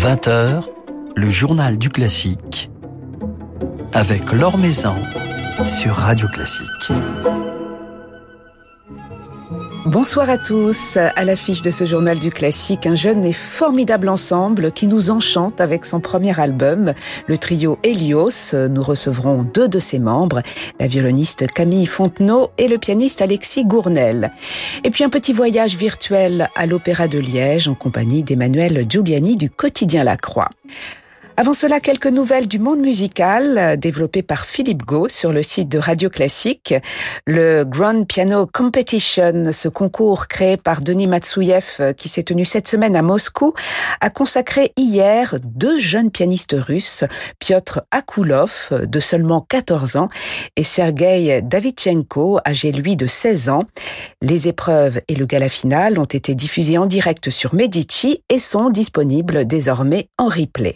20h, le journal du classique avec Laure Maison sur Radio Classique. Bonsoir à tous. À l'affiche de ce journal du classique, un jeune et formidable ensemble qui nous enchante avec son premier album, le trio Hélios. Nous recevrons deux de ses membres, la violoniste Camille Fontenot et le pianiste Alexis Gournel. Et puis un petit voyage virtuel à l'Opéra de Liège en compagnie d'Emmanuel Giuliani du quotidien La Croix. Avant cela, quelques nouvelles du monde musical développées par Philippe Gau sur le site de Radio Classique. Le Grand Piano Competition, ce concours créé par Denis Matsouyev qui s'est tenu cette semaine à Moscou, a consacré hier deux jeunes pianistes russes, Piotr Akoulov, de seulement 14 ans, et Sergei Davitchenko, âgé lui de 16 ans. Les épreuves et le gala final ont été diffusés en direct sur Medici et sont disponibles désormais en replay.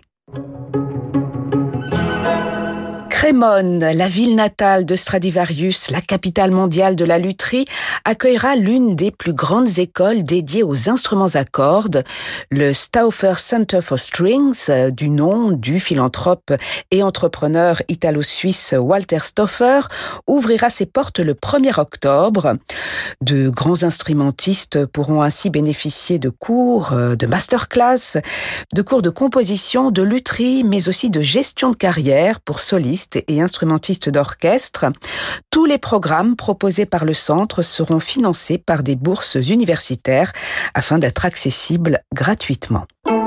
Crémone, la ville natale de Stradivarius, la capitale mondiale de la lutherie, accueillera l'une des plus grandes écoles dédiées aux instruments à cordes. Le Stauffer Center for Strings, du nom du philanthrope et entrepreneur italo-suisse Walter Stauffer, ouvrira ses portes le 1er octobre. De grands instrumentistes pourront ainsi bénéficier de cours, de masterclass, de cours de composition, de lutherie, mais aussi de gestion de carrière pour solistes et instrumentistes d'orchestre. Tous les programmes proposés par le centre seront financés par des bourses universitaires afin d'être accessibles gratuitement.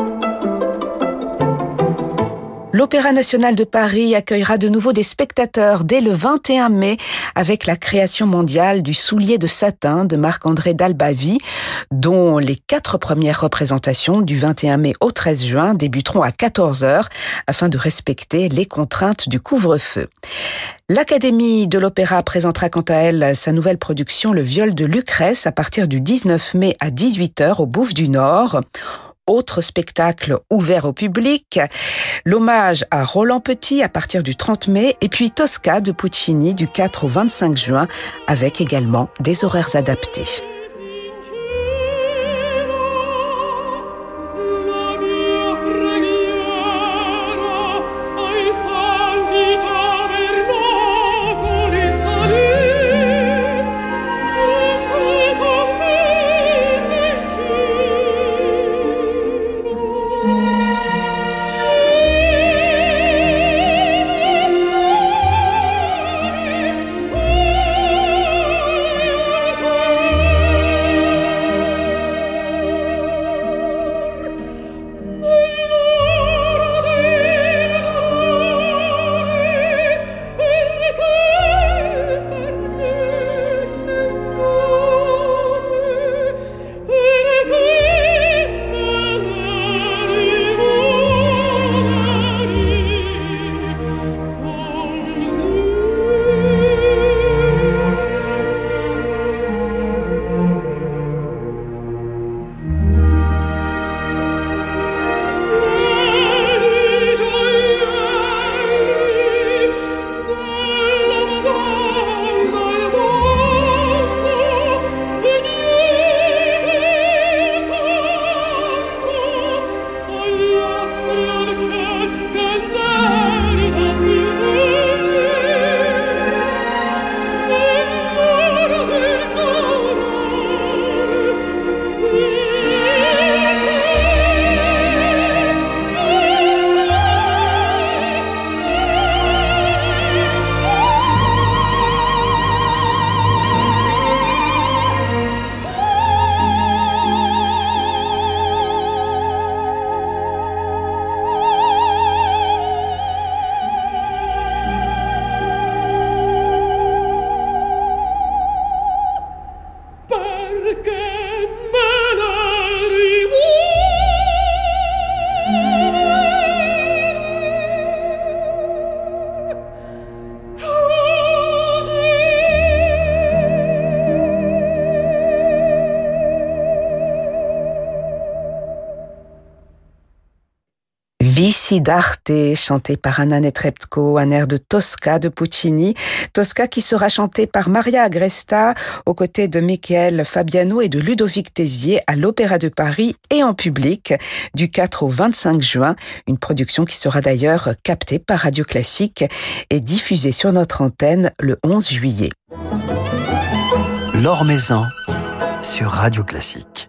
L'Opéra national de Paris accueillera de nouveau des spectateurs dès le 21 mai avec la création mondiale du Soulier de satin de Marc-André Dalbavi, dont les 4 premières représentations du 21 mai au 13 juin débuteront à 14h afin de respecter les contraintes du couvre-feu. L'Académie de l'Opéra présentera quant à elle sa nouvelle production Le Viol de Lucrèce à partir du 19 mai à 18h au Bouffe du Nord. Autre spectacle ouvert au public, l'hommage à Roland Petit à partir du 30 mai et puis Tosca de Puccini du 4 au 25 juin avec également des horaires adaptés. Vici d'Arte, chanté par Anna Netrebko, un air de Tosca de Puccini. Tosca qui sera chanté par Maria Agresta aux côtés de Michael Fabiano et de Ludovic Tézier à l'Opéra de Paris et en public du 4 au 25 juin. Une production qui sera d'ailleurs captée par Radio Classique et diffusée sur notre antenne le 11 juillet. L'Or Maison sur Radio Classique.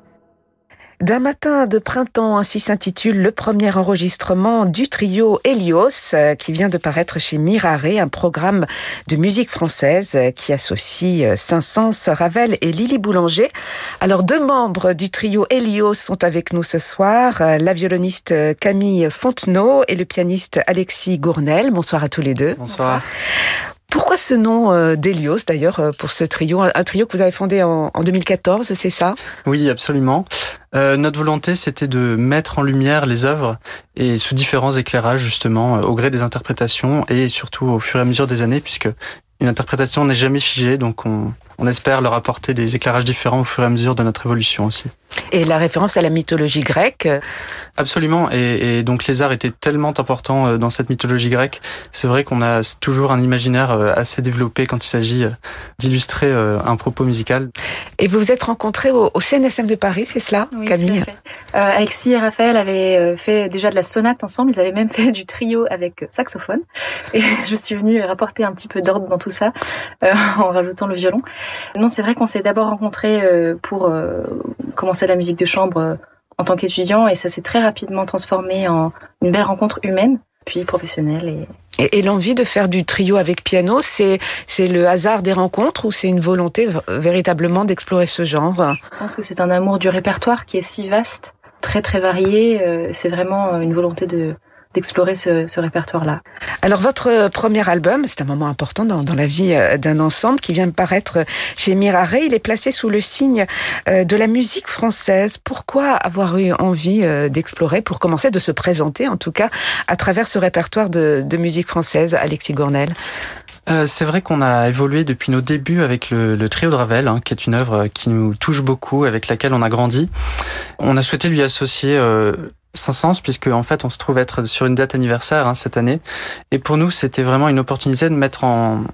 D'un matin de printemps, ainsi s'intitule le premier enregistrement du trio Hélios qui vient de paraître chez Mirare, un programme de musique française qui associe Saint-Saëns, Ravel et Lily Boulanger. Alors, deux membres du trio Hélios sont avec nous ce soir, la violoniste Camille Fontenot et le pianiste Alexis Gournel. Bonsoir à tous les deux. Bonsoir. Pourquoi ce nom d'Hélios d'ailleurs pour ce trio? Un trio que vous avez fondé en 2014, c'est ça? Oui, absolument. Notre volonté, c'était de mettre en lumière les œuvres et sous différents éclairages justement, au gré des interprétations et surtout au fur et à mesure des années, puisque une interprétation n'est jamais figée, donc on espère leur apporter des éclairages différents au fur et à mesure de notre évolution aussi. Et la référence à la mythologie grecque? Absolument, et donc les arts étaient tellement importants dans cette mythologie grecque. C'est vrai qu'on a toujours un imaginaire assez développé quand il s'agit d'illustrer un propos musical. Et vous vous êtes rencontrés au CNSM de Paris, c'est cela, oui, Camille? Tout à fait. Alexis et Raphaël avaient fait déjà de la sonate ensemble, ils avaient même fait du trio avec saxophone. Et je suis venue rapporter un petit peu d'ordre dans tout ça, en rajoutant le violon. Non, c'est vrai qu'on s'est d'abord rencontrés pour commencer la musique de chambre en tant qu'étudiant, et ça s'est très rapidement transformé en une belle rencontre humaine, puis professionnelle. Et l'envie de faire du trio avec piano, c'est le hasard des rencontres ou c'est une volonté véritablement d'explorer ce genre? Je pense que c'est un amour du répertoire qui est si vaste, très très varié. C'est vraiment une volonté d'explorer ce répertoire-là. Alors votre premier album, c'est un moment important dans la vie d'un ensemble qui vient de paraître chez Mirare. Il est placé sous le signe de la musique française. Pourquoi avoir eu envie d'explorer, pour commencer, de se présenter en tout cas à travers ce répertoire de musique française, Alexis Gournel? C'est vrai qu'on a évolué depuis nos débuts avec le trio de Ravel, qui est une œuvre qui nous touche beaucoup, avec laquelle on a grandi. On a souhaité lui associer Saint-Saëns, puisque en fait on se trouve être sur une date anniversaire cette année, et pour nous c'était vraiment une opportunité de mettre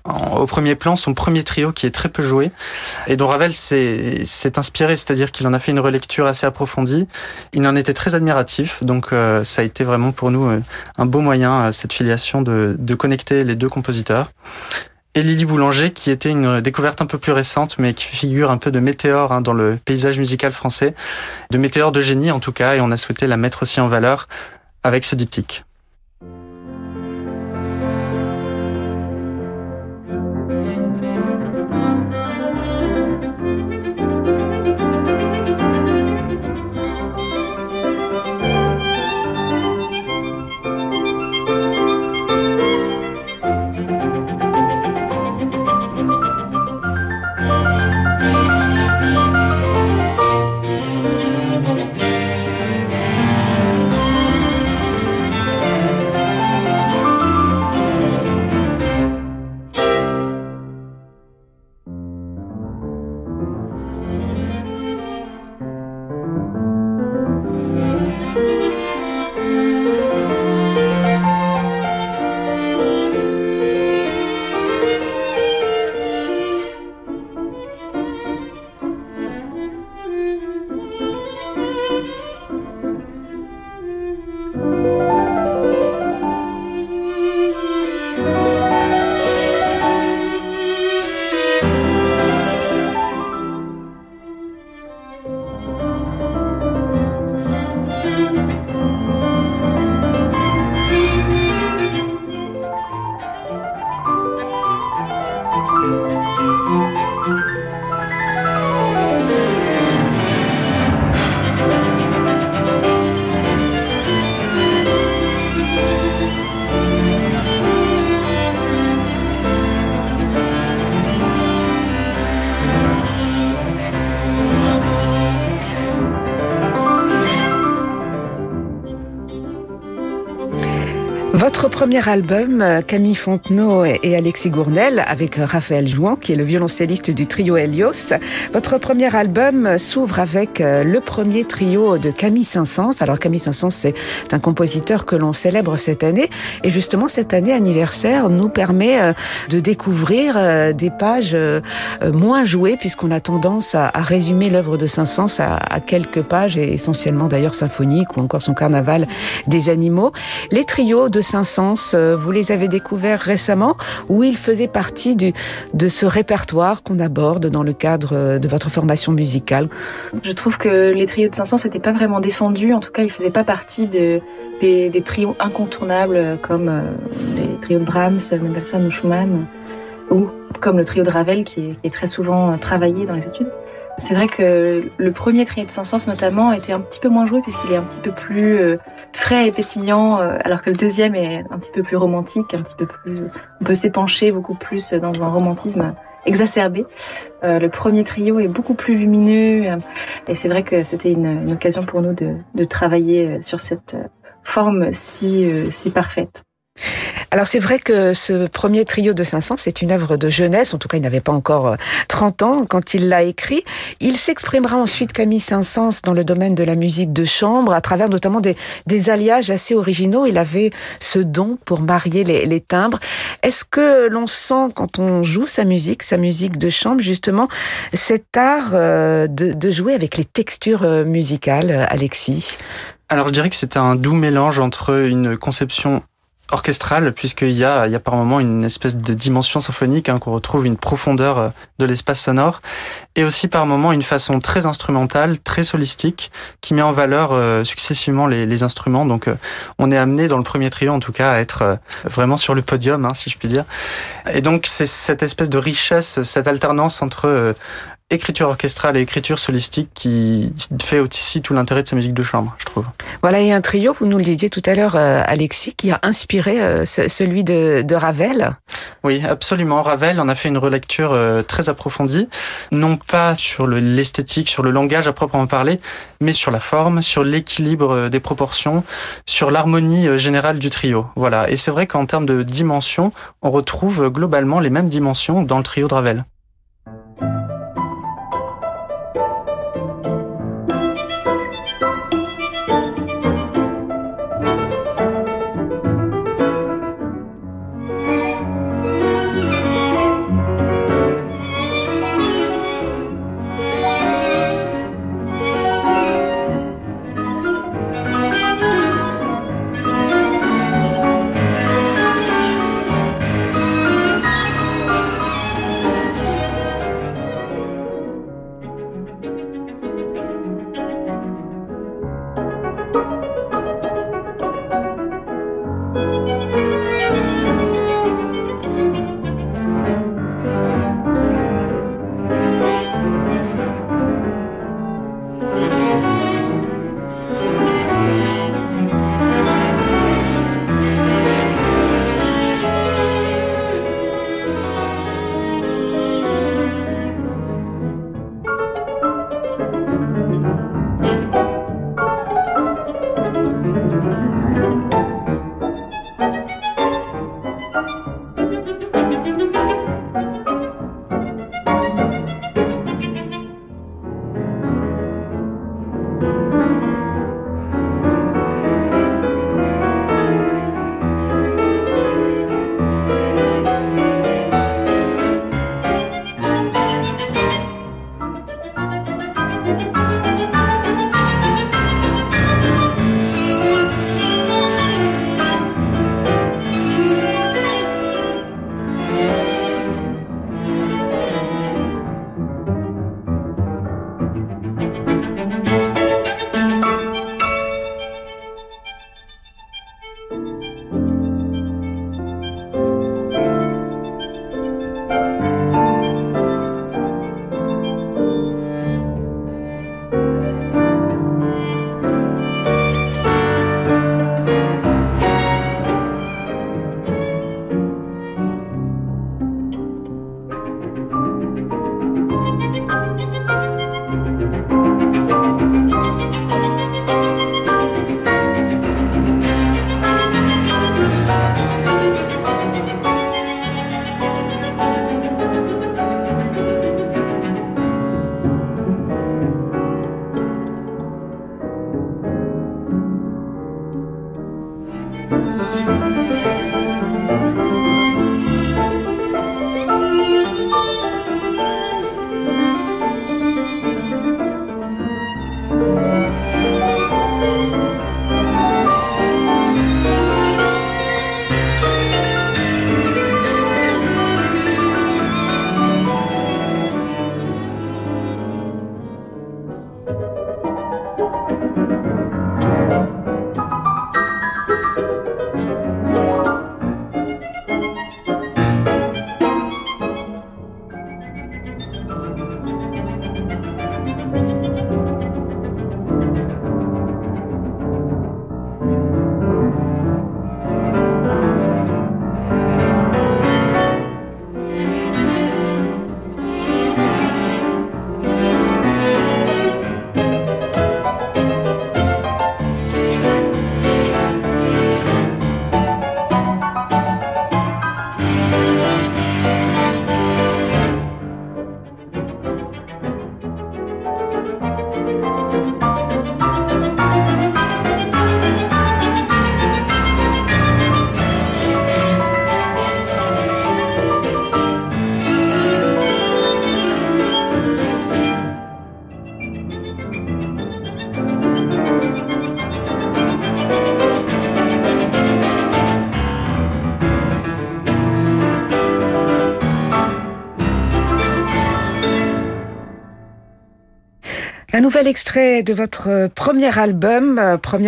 au premier plan son premier trio qui est très peu joué et dont Ravel s'est inspiré, c'est-à-dire qu'il en a fait une relecture assez approfondie. Il en était très admiratif, donc ça a été vraiment pour nous un beau moyen, cette filiation, de connecter les deux compositeurs. Et Lily Boulanger, qui était une découverte un peu plus récente, mais qui figure un peu de météore dans le paysage musical français, de météore de génie en tout cas, et on a souhaité la mettre aussi en valeur avec ce diptyque. Votre premier album, Camille Fontenot et Alexis Gournel, avec Raphaël Jouan, qui est le violoncelliste du trio Hélios. Votre premier album s'ouvre avec le premier trio de Camille Saint-Saëns. Alors Camille Saint-Saëns, c'est un compositeur que l'on célèbre cette année. Et justement, cette année anniversaire nous permet de découvrir des pages moins jouées, puisqu'on a tendance à résumer l'œuvre de Saint-Saëns à quelques pages, et essentiellement d'ailleurs symphoniques, ou encore son Carnaval des animaux. Les trios de Saint-Saëns, vous les avez découverts récemment, ou ils faisaient partie de ce répertoire qu'on aborde dans le cadre de votre formation musicale? Je trouve que les trios de Saint-Saëns n'étaient pas vraiment défendus. En tout cas, ils faisaient pas partie des trios incontournables comme les trios de Brahms, Mendelssohn ou Schumann, ou comme le trio de Ravel qui est très souvent travaillé dans les études. C'est vrai que le premier trio de Saint-Saëns notamment était un petit peu moins joué puisqu'il est un petit peu plus frais et pétillant, alors que le deuxième est un petit peu plus romantique, un petit peu plus, on peut s'épancher beaucoup plus dans un romantisme exacerbé. Le premier trio est beaucoup plus lumineux et c'est vrai que c'était une occasion pour nous de travailler sur cette forme si parfaite. Alors c'est vrai que ce premier trio de Saint-Saëns, c'est une œuvre de jeunesse, en tout cas il n'avait pas encore 30 ans quand il l'a écrit. Il s'exprimera ensuite, Camille Saint-Saëns, dans le domaine de la musique de chambre, à travers notamment des alliages assez originaux. Il avait ce don pour marier les timbres. Est-ce que l'on sent, quand on joue sa musique de chambre, justement, cet art de jouer avec les textures musicales, Alexis? Alors je dirais que c'est un doux mélange entre une conception orchestrale, puisqu'il y a par moments une espèce de dimension symphonique, qu'on retrouve une profondeur de l'espace sonore, et aussi par moments une façon très instrumentale, très solistique, qui met en valeur successivement les instruments. Donc on est amené dans le premier trio en tout cas à être vraiment sur le podium, si je puis dire. Et donc c'est cette espèce de richesse, cette alternance entre écriture orchestrale et écriture solistique qui fait aussi tout l'intérêt de sa musique de chambre, je trouve. Voilà, et un trio, vous nous le disiez tout à l'heure, Alexis, qui a inspiré celui de Ravel. Oui, absolument. Ravel en a fait une relecture très approfondie, non pas sur l'esthétique, sur le langage à proprement parler, mais sur la forme, sur l'équilibre des proportions, sur l'harmonie générale du trio. Voilà. Et c'est vrai qu'en termes de dimension, on retrouve globalement les mêmes dimensions dans le trio de Ravel. Un nouvel extrait de votre premier album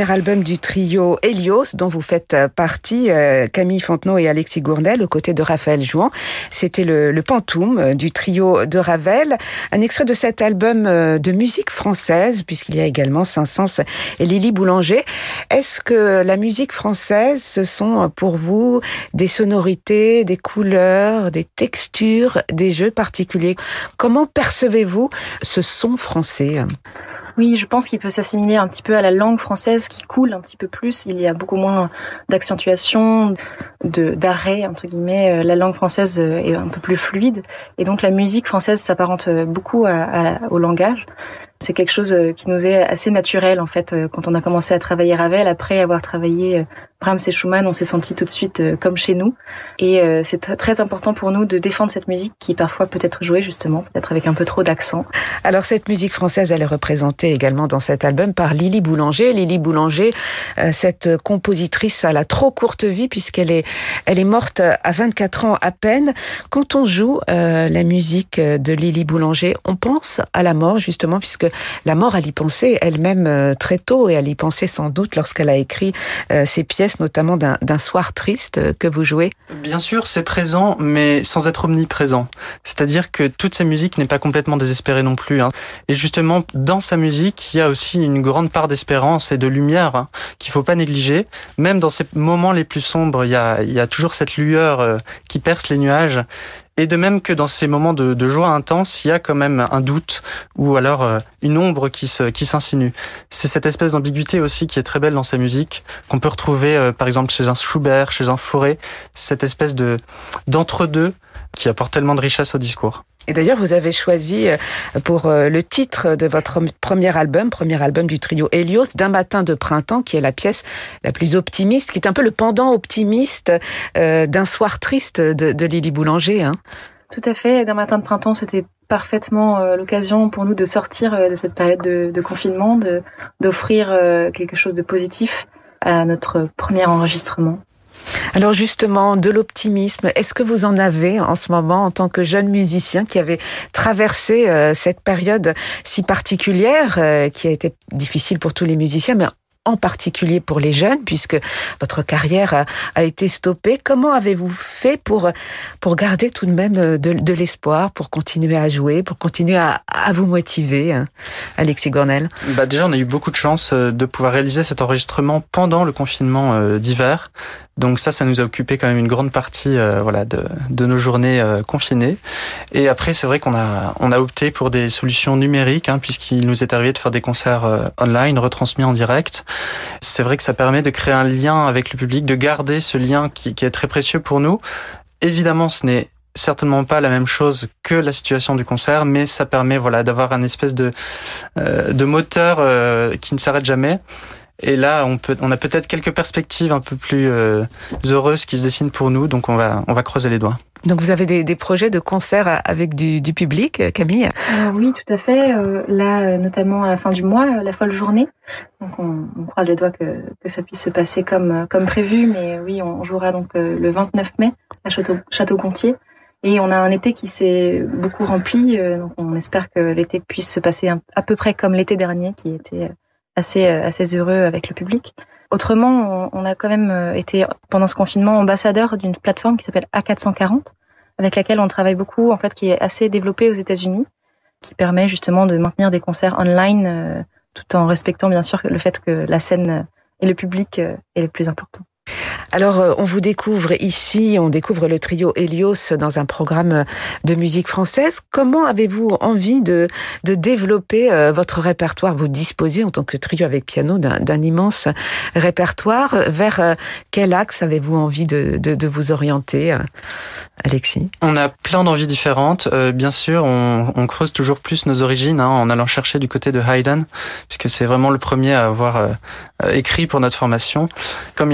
du trio Hélios, dont vous faites partie, Camille Fontenot et Alexis Gournel, aux côtés de Raphaël Jouan. C'était le Pantoum du trio de Ravel. Un extrait de cet album de musique française, puisqu'il y a également Saint-Saëns et Lily Boulanger. Est-ce que la musique française, ce sont pour vous des sonorités, des couleurs, des textures, des jeux particuliers? Comment percevez-vous ce son français? Oui, je pense qu'il peut s'assimiler un petit peu à la langue française qui coule un petit peu plus. Il y a beaucoup moins d'accentuation, d'arrêt, entre guillemets. La langue française est un peu plus fluide. Et donc la musique française s'apparente beaucoup au langage. C'est quelque chose qui nous est assez naturel, en fait. Quand on a commencé à travailler Ravel, après avoir travaillé Brahms et Schumann, on s'est senti tout de suite comme chez nous. Et c'est très important pour nous de défendre cette musique qui parfois peut être jouée, justement, peut-être avec un peu trop d'accent. Alors cette musique française, elle est représentée également dans cet album par Lily Boulanger. Lily Boulanger, cette compositrice à la trop courte vie, puisqu'elle est morte à 24 ans à peine. Quand on joue la musique de Lily Boulanger, on pense à la mort, justement, puisque la mort, elle y pensait elle-même très tôt, et elle y pensait sans doute lorsqu'elle a écrit ces pièces, notamment d'un soir triste que vous jouez. Bien sûr, c'est présent, mais sans être omniprésent. C'est-à-dire que toute sa musique n'est pas complètement désespérée non plus. Et justement, dans sa musique, il y a aussi une grande part d'espérance et de lumière qu'il faut pas négliger. Même dans ces moments les plus sombres, il y a toujours cette lueur qui perce les nuages. Et de même que dans ces moments de joie intense, il y a quand même un doute ou alors une ombre qui s'insinue. C'est cette espèce d'ambiguïté aussi qui est très belle dans sa musique, qu'on peut retrouver par exemple chez un Schubert, chez un Fauré, cette espèce d'entre-deux qui apporte tellement de richesse au discours. Et d'ailleurs, vous avez choisi pour le titre de votre premier album du trio Hélios, D'un matin de printemps, qui est la pièce la plus optimiste, qui est un peu le pendant optimiste d'un soir triste de Lily Boulanger. Tout à fait. D'un matin de printemps, c'était parfaitement l'occasion pour nous de sortir de cette période de confinement, d'offrir quelque chose de positif à notre premier enregistrement. Alors justement, de l'optimisme, est-ce que vous en avez en ce moment en tant que jeune musicien qui avait traversé cette période si particulière, qui a été difficile pour tous les musiciens, mais en particulier pour les jeunes, puisque votre carrière a été stoppée? Comment avez-vous fait pour garder tout de même de l'espoir, pour continuer à jouer, pour continuer à vous motiver, Alexis Gournel? Déjà, on a eu beaucoup de chance de pouvoir réaliser cet enregistrement pendant le confinement d'hiver. Donc ça nous a occupé quand même une grande partie de nos journées confinées. Et après, c'est vrai qu'on a opté pour des solutions numériques, puisqu'il nous est arrivé de faire des concerts online, retransmis en direct. C'est vrai que ça permet de créer un lien avec le public, de garder ce lien qui est très précieux pour nous. Évidemment, ce n'est certainement pas la même chose que la situation du concert, mais ça permet d'avoir un espèce de moteur qui ne s'arrête jamais. Et là, on a peut-être quelques perspectives un peu plus heureuses qui se dessinent pour nous, donc on va creuser les doigts. Donc vous avez des projets de concerts avec du public, Camille? Oui, tout à fait. Là, notamment à la fin du mois, la folle journée. Donc on croise les doigts que ça puisse se passer comme prévu. Mais oui, on jouera donc le 29 mai à Château-Gontier. Et on a un été qui s'est beaucoup rempli. Donc on espère que l'été puisse se passer à peu près comme l'été dernier, qui était assez heureux avec le public. Autrement, on a quand même été, pendant ce confinement, ambassadeur d'une plateforme qui s'appelle A440, avec laquelle on travaille beaucoup, en fait, qui est assez développée aux États-Unis, qui permet justement de maintenir des concerts online, tout en respectant bien sûr le fait que la scène et le public est le plus important. Alors, on vous découvre ici, on découvre le trio Hélios dans un programme de musique française. Comment avez-vous envie de développer votre répertoire? Vous disposez, en tant que trio avec piano, d'un immense répertoire. Vers quel axe avez-vous envie de vous orienter, Alexis? On a plein d'envies différentes. Bien sûr, on creuse toujours plus nos origines, en allant chercher du côté de Haydn, puisque c'est vraiment le premier à avoir écrit pour notre formation. Comme il en a écrit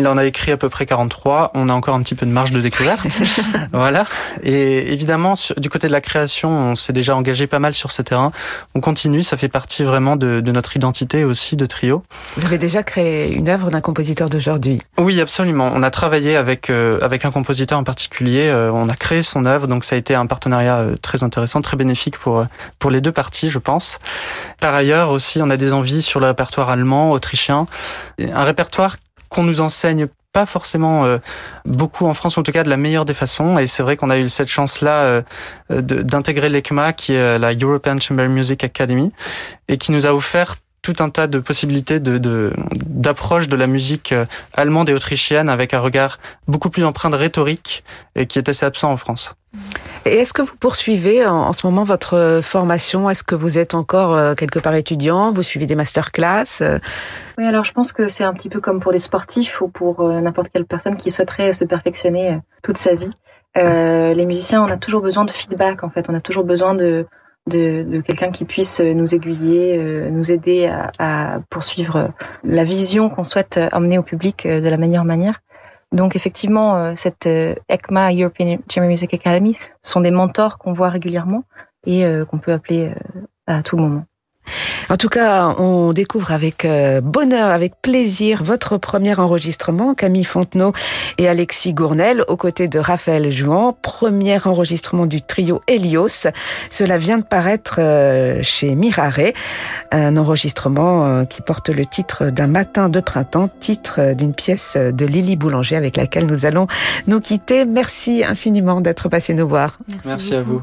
écrit à peu près 43. On a encore un petit peu de marge de découverte. Voilà. Et évidemment, du côté de la création, on s'est déjà engagé pas mal sur ce terrain. On continue, ça fait partie vraiment de notre identité aussi de trio. Vous avez déjà créé une œuvre d'un compositeur d'aujourd'hui. Oui, absolument. On a travaillé avec un compositeur en particulier. On a créé son œuvre, donc ça a été un partenariat très intéressant, très bénéfique pour les deux parties, je pense. Par ailleurs aussi, on a des envies sur le répertoire allemand, autrichien, un répertoire qu'on nous enseigne pas forcément beaucoup en France, ou en tout cas de la meilleure des façons. Et c'est vrai qu'on a eu cette chance-là d'intégrer l'ECMA, qui est la European Chamber Music Academy, et qui nous a offert tout un tas de possibilités d'approche de la musique allemande et autrichienne avec un regard beaucoup plus empreint de rhétorique et qui est assez absent en France. Et est-ce que vous poursuivez en ce moment votre formation ? Est-ce que vous êtes encore quelque part étudiant ? Vous suivez des masterclass ? Oui, alors je pense que c'est un petit peu comme pour des sportifs ou pour n'importe quelle personne qui souhaiterait se perfectionner toute sa vie. Les musiciens, on a toujours besoin de feedback, en fait. On a toujours besoin de quelqu'un qui puisse nous aiguiller, nous aider à poursuivre la vision qu'on souhaite emmener au public de la meilleure manière. Donc effectivement, cette ECMA, European Chamber Music Academy, ce sont des mentors qu'on voit régulièrement et qu'on peut appeler à tout moment. En tout cas, on découvre avec bonheur, avec plaisir, votre premier enregistrement, Camille Fontenot et Alexis Gournel, aux côtés de Raphaël Jouan. Premier enregistrement du trio Helios. Cela vient de paraître chez Mirare. Un enregistrement qui porte le titre d'un matin de printemps, titre d'une pièce de Lily Boulanger avec laquelle nous allons nous quitter. Merci infiniment d'être passé nous voir. Merci à vous.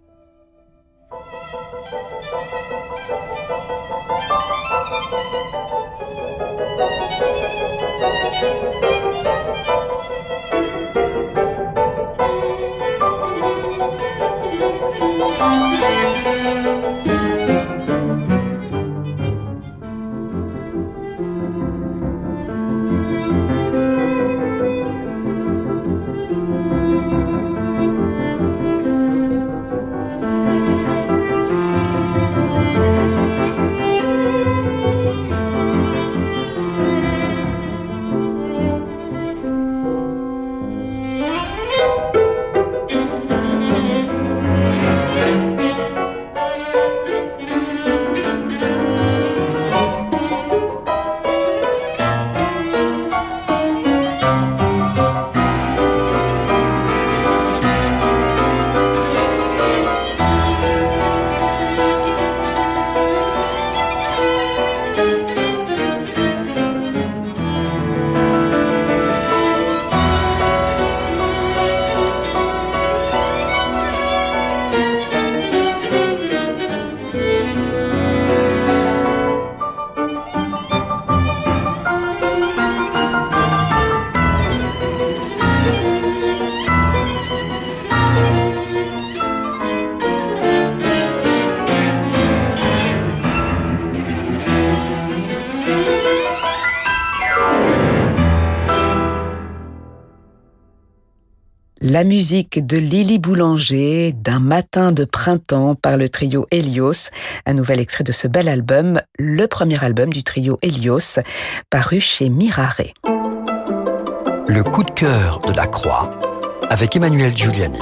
La musique de Lily Boulanger, d'un matin de printemps par le trio Helios, un nouvel extrait de ce bel album, le premier album du trio Helios, paru chez Mirare. Le coup de cœur de la Croix, avec Emmanuelle Giuliani.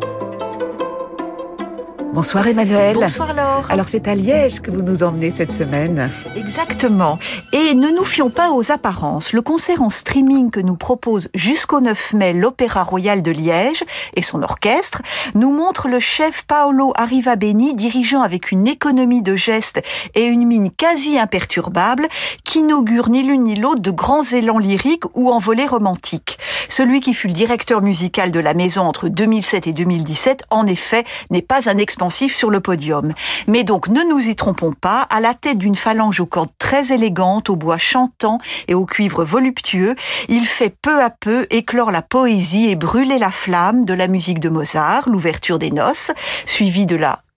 Bonsoir Emmanuelle. Bonsoir Laure. Alors c'est à Liège que vous nous emmenez cette semaine. Exactement. Et ne nous fions pas aux apparences. Le concert en streaming que nous propose jusqu'au 9 mai l'Opéra Royal de Liège et son orchestre nous montre le chef Paolo Arrivabeni dirigeant avec une économie de gestes et une mine quasi imperturbable qui n'augure ni l'une ni l'autre de grands élans lyriques ou envolées romantiques. Celui qui fut le directeur musical de la maison entre 2007 et 2017, en effet, n'est pas un expansif sur le podium. Mais donc, ne nous y trompons pas, à la tête d'une phalange aux cordes très élégantes, au bois chantant et au cuivre voluptueux, il fait peu à peu éclore la poésie et brûler la flamme de la musique de Mozart, l'ouverture des noces, suivie de la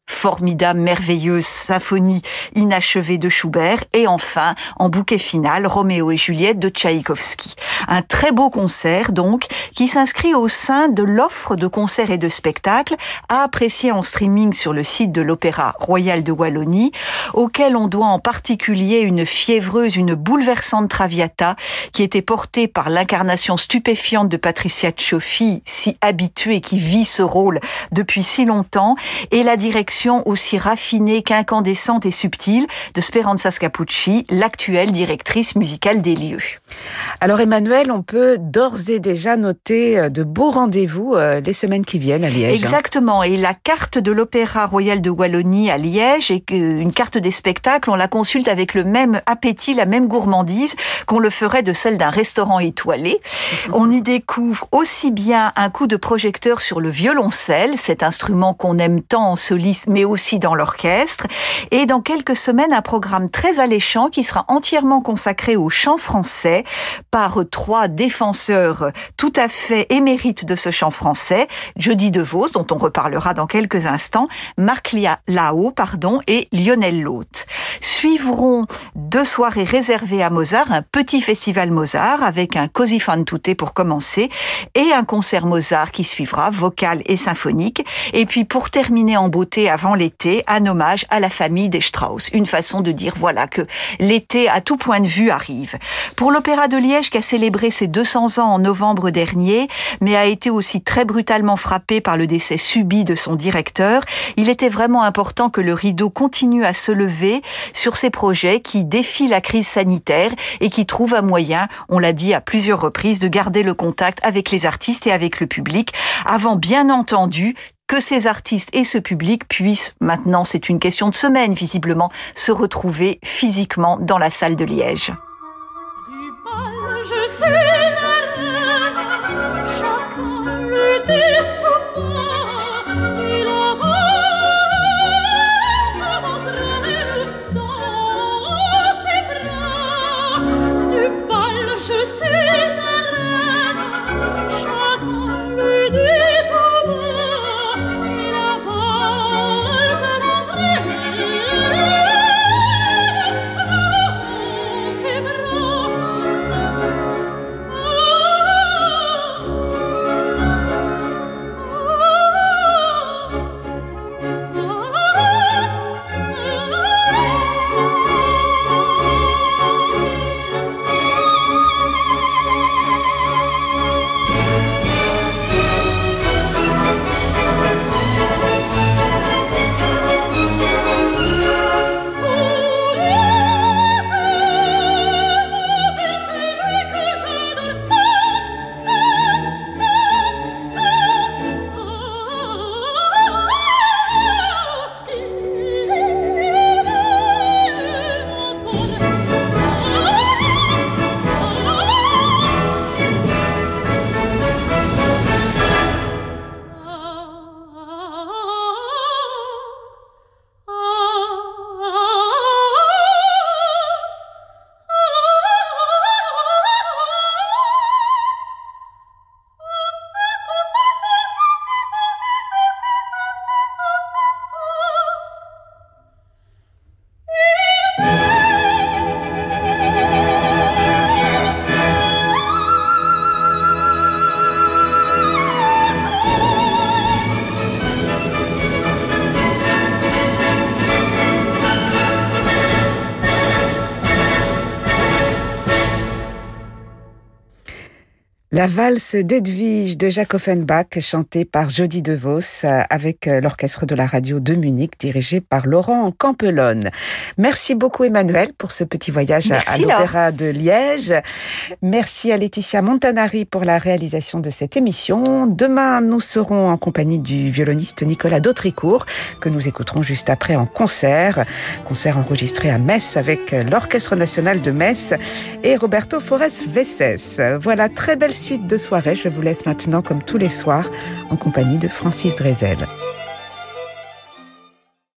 formidable, merveilleuse symphonie inachevée de Schubert, et enfin, en bouquet final, Roméo et Juliette de Tchaïkovski. Un très beau concert, donc, qui s'inscrit au sein de l'offre de concerts et de spectacles à apprécier en streaming sur le site de l'Opéra Royal de Wallonie, auquel on doit en particulier une fiévreuse, une bouleversante Traviata, qui était portée par l'incarnation stupéfiante de Patricia Cioffi, si habituée et qui vit ce rôle depuis si longtemps, et la direction aussi raffinée qu'incandescente et subtile de Speranza Scapucci, l'actuelle directrice musicale des lieux. Alors Emmanuel, on peut d'ores et déjà noter de beaux rendez-vous les semaines qui viennent à Liège. Exactement, et la carte de l'Opéra Royal de Wallonie à Liège, et une carte des spectacles, on la consulte avec le même appétit, la même gourmandise qu'on le ferait de celle d'un restaurant étoilé. On y découvre aussi bien un coup de projecteur sur le violoncelle, cet instrument qu'on aime tant en soliste, mais aussi dans l'orchestre, et dans quelques semaines, un programme très alléchant qui sera entièrement consacré au chant français par 3 défenseurs tout à fait émérites de ce chant français, Jody DeVos, dont on reparlera dans quelques instants, Marc Lao, et Lionel Lhott. Suivront 2 soirées réservées à Mozart, un petit festival Mozart avec un così fan tutte pour commencer, et un concert Mozart qui suivra, vocal et symphonique. Et puis pour terminer en beauté avant l'été, un hommage à la famille des Strauss. Une façon de dire voilà que l'été à tout point de vue arrive. Pour l'Opéra de Liège qui a célébré ses 200 ans en novembre dernier, mais a été aussi très brutalement frappé par le décès subi de son directeur, il était vraiment important que le rideau continue à se lever sur ces projets qui défient la crise sanitaire et qui trouvent un moyen, on l'a dit à plusieurs reprises, de garder le contact avec les artistes et avec le public, avant bien entendu que ces artistes et ce public puissent, maintenant c'est une question de semaine visiblement, se retrouver physiquement dans la salle de Liège. Du bal, je suis la reine, chacun le dit tout bas, et la valse m'entraîne dans ses bras. Du bal, je suis la reine, chacun le dit tout bas, et la valse m'entraîne dans ses bras. La valse d'Edwige de Jacques Offenbach, chantée par Jody DeVos avec l'orchestre de la radio de Munich, dirigé par Laurent Campelonne. Merci beaucoup Emmanuel pour ce petit voyage à l'Opéra de Liège. Merci à Laetitia Montanari pour la réalisation de cette émission. Demain, nous serons en compagnie du violoniste Nicolas Dautricourt, que nous écouterons juste après en concert. Concert enregistré à Metz avec l'Orchestre National de Metz et Roberto Forés Veces. Voilà, très belle suite de soirée. Je vous laisse maintenant, comme tous les soirs, en compagnie de Francis Drezel.